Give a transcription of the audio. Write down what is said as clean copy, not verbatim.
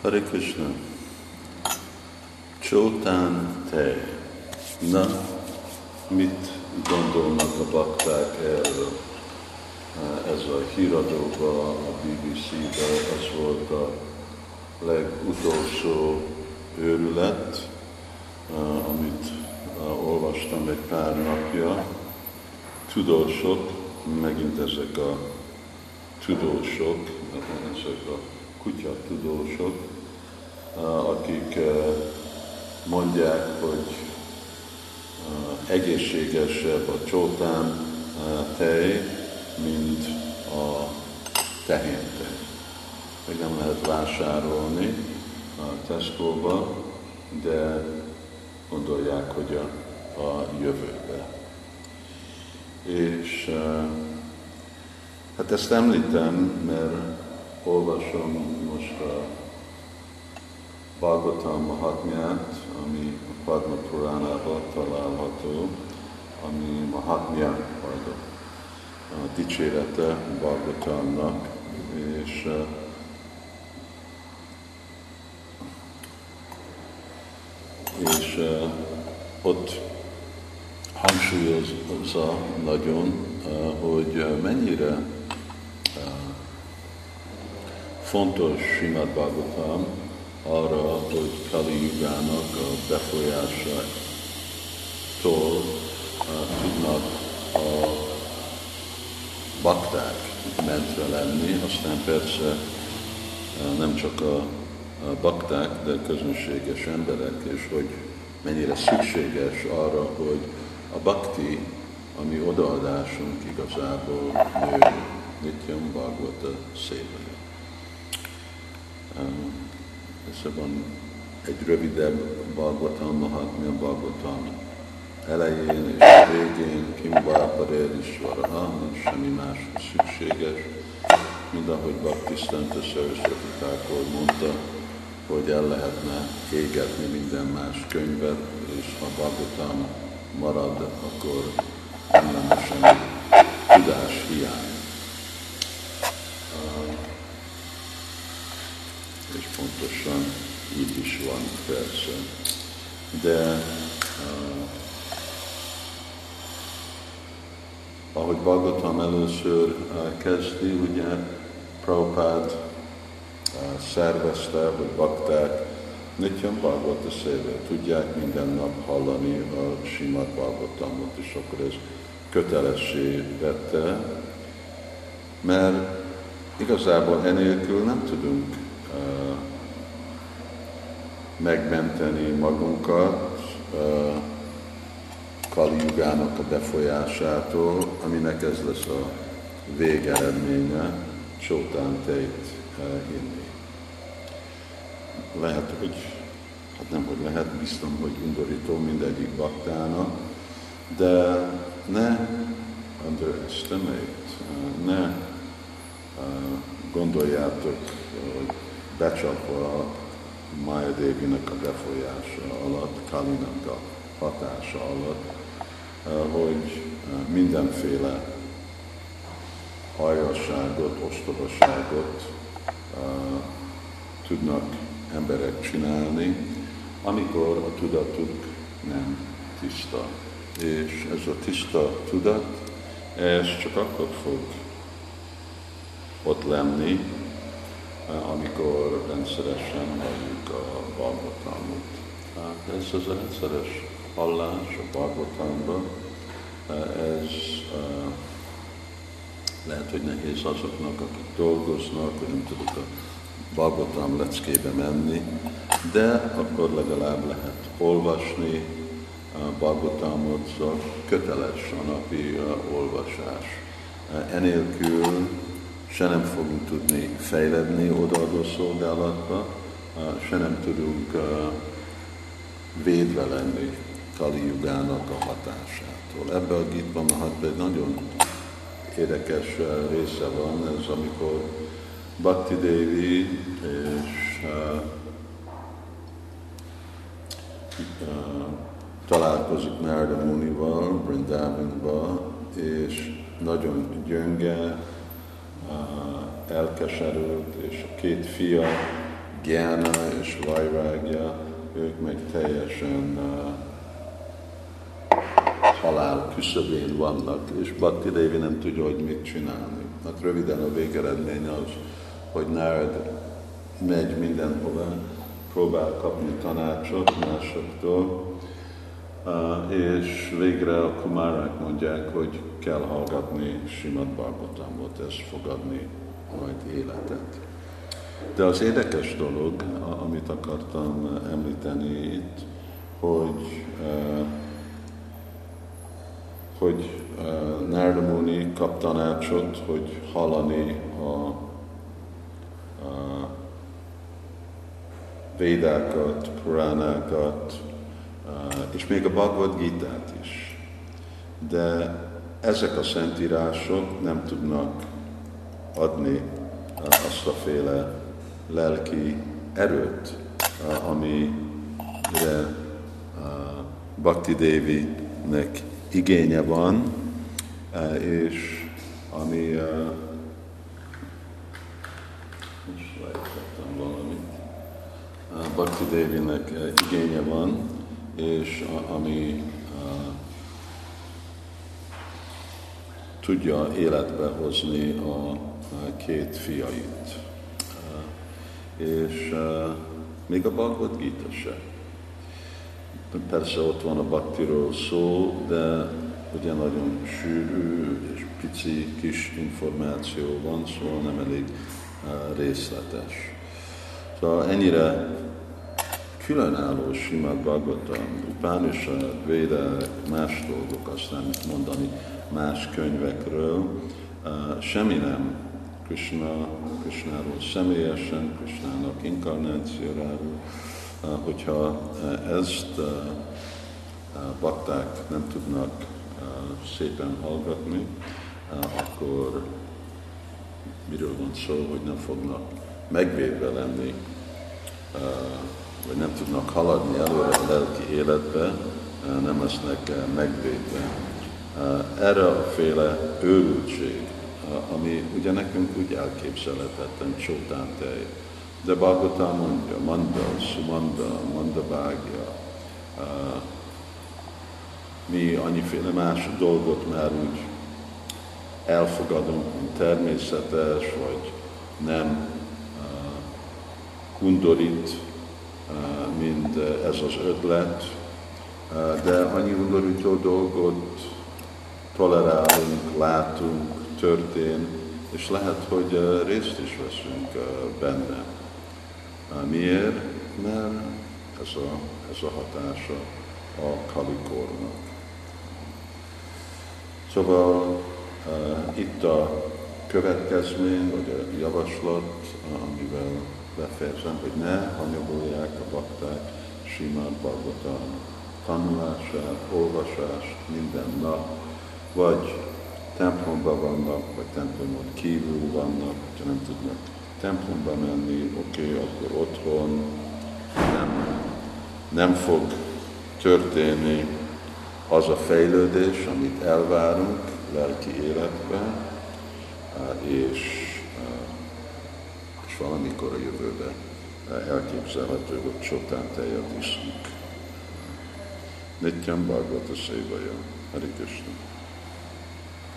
Hare Krishna. Csótán tej. Na, mit gondolnak a bakták erről? Ez a híradóban, a BBC-ben, ez volt a legutolsó őrület, amit olvastam egy pár napja. Tudósok, megint ezek a tudósok, ezek a kutyatudósok, akik mondják, hogy egészségesebb a csótán tej, mint a tehéntej. Még nem lehet vásárolni a Tesco-ba, de gondolják, hogy a jövőbe. És hát ezt említem, mert olvasom most a Bhagavatam Mahatmyát, ami a Padma Puránában található, ami Mahatmya, vagy a dicsérete Bhagavatamnak, és ott hangsúlyozza nagyon, hogy mennyire fontos Srimad Bhagavatam arra, hogy Kali Yugának a befolyásától tudnak a bakták mentve lenni, aztán persze nem csak a bakták, de közönséges emberek, és hogy mennyire szükséges arra, hogy a bakti, ami odaadásunk igazából nő, Nityam Bhagavata Sévaya. Ez van egy rövidebb Bhagavatam, Mahatmya Bhagavatam elején és végén, Kimbáparér Isvaraha, nincs semmi más szükséges, mint ahogy Bhaktisztanta Saraswati Thakur mondta, hogy el lehetne égetni minden más könyvet, és ha Bhagavatam marad, akkor nem lenne semmi tudás hiány. És pontosan így is van persze. De ahogy Bhagavatam először kezdi, ugye Prabhupád szervezte, hogy bakták Nityam Bhagavata Sévaya tudják minden nap hallani a Srimad Bhagavatamot, és akkor ez kötelessé vette, mert igazából enélkül nem tudunk megmenteni magunkat Kali Yugának a befolyásától, aminek ez lesz a végeredménye, csótán tejt hinni. Lehet, hogy, hát nem, hogy lehet, biztos, hogy undorító mindegyik baktának, de ne underestimate, ne gondoljátok, hogy becsapva a Maya Devinek a befolyása alatt, Kalinak a hatása alatt, hogy mindenféle aljasságot, ostobaságot tudnak emberek csinálni, amikor a tudatuk nem tiszta. És ez a tiszta tudat, ez csak akkor fog ott lenni, amikor rendszeresen halljuk a Bhagavatamot. Ez az a rendszeres hallás a Bhagavatamban, ez lehet, hogy nehéz azoknak, akik dolgoznak, hogy nem tudok a Bhagavatam leckébe menni, de akkor legalább lehet olvasni a Bhagavatamot, szóval köteles a napi olvasás. Enélkül se nem fogunk tudni fejledni odaadó szolgálatba, se nem tudunk védve lenni Kali Yugának a hatásától. Ebben a Gita Mahatmyában egy nagyon érdekes része van, ez amikor Bhakti Devi és találkozik Narada Munival, Vrindavanban, és nagyon gyönge, elkeserült, és a két fia Gyána és Vajrágya, ők meg teljesen halál küszöbén vannak, és Bhakti Devi nem tudja, hogy mit csinálni. Hát röviden a végeredmény az, hogy Nárad megy mindenhova, próbál kapni tanácsot másoktól, és végre a kumárák mondják, hogy kell hallgatni Srimad Bhagavatamot, ez fogadni majd életet. De az érdekes dolog, amit akartam említeni itt, hogy Narada Muni kap tanácsot, hogy hallani a védákat, puránákat, és még a Bhagavad Gitát is. De ezek a szentírások nem tudnak adni azt a féle lelki erőt, amire Bhakti Devinek igénye van, és ami most lejtettem valamit. Bhakti Devinek igénye van, és ami tudja életbe hozni a két fiait. És még a Bhagavad Gita se. Persze ott van a bhaktiról szó, de ugye nagyon sűrű és pici kis információ van, szóval nem elég részletes. Szóval ennyire különálló Srimad Bhagavatam, Upanishad, Védák, más dolgok, aztán mondani más könyvekről, semmi nem Krishnáról személyesen, Krishnának inkarnációráról, hogyha ezt bakták nem tudnak szépen hallgatni, akkor miről van szó, hogy nem fognak megvédve lenni, vagy nem tudnak haladni előre a lelki életbe, nem lesznek megvédve. Erre a féle őrültség, ami ugye nekünk úgy elképzelhetetlen csótántej. De Bhagavatam mondja, Manda, Sumanda, Mandabhagya, mi annyiféle más dolgot már úgy elfogadunk, mint természetes, vagy nem undorít, mint ez az ötlet, de annyi undorító dolgot tolerálunk, látunk, történ, és lehet, hogy részt is veszünk benne. Miért? Mert ez a hatása a kalikornak. Szóval itt a következmény, vagy a javaslat, amivel befejezem, hogy ne hanyagolják a bakták Srimad Bhagavatam tanulását, olvasást minden nap, vagy templomban vannak, vagy templomon kívül vannak, ha nem tudnak templomba menni, akkor otthon nem fog történni az a fejlődés, amit elvárunk lelki életben, és valamikor a jövőben elképzelhető, hogy csotán tejet iszunk. Nityam Bhagavata Sévaja. Hare Krishna.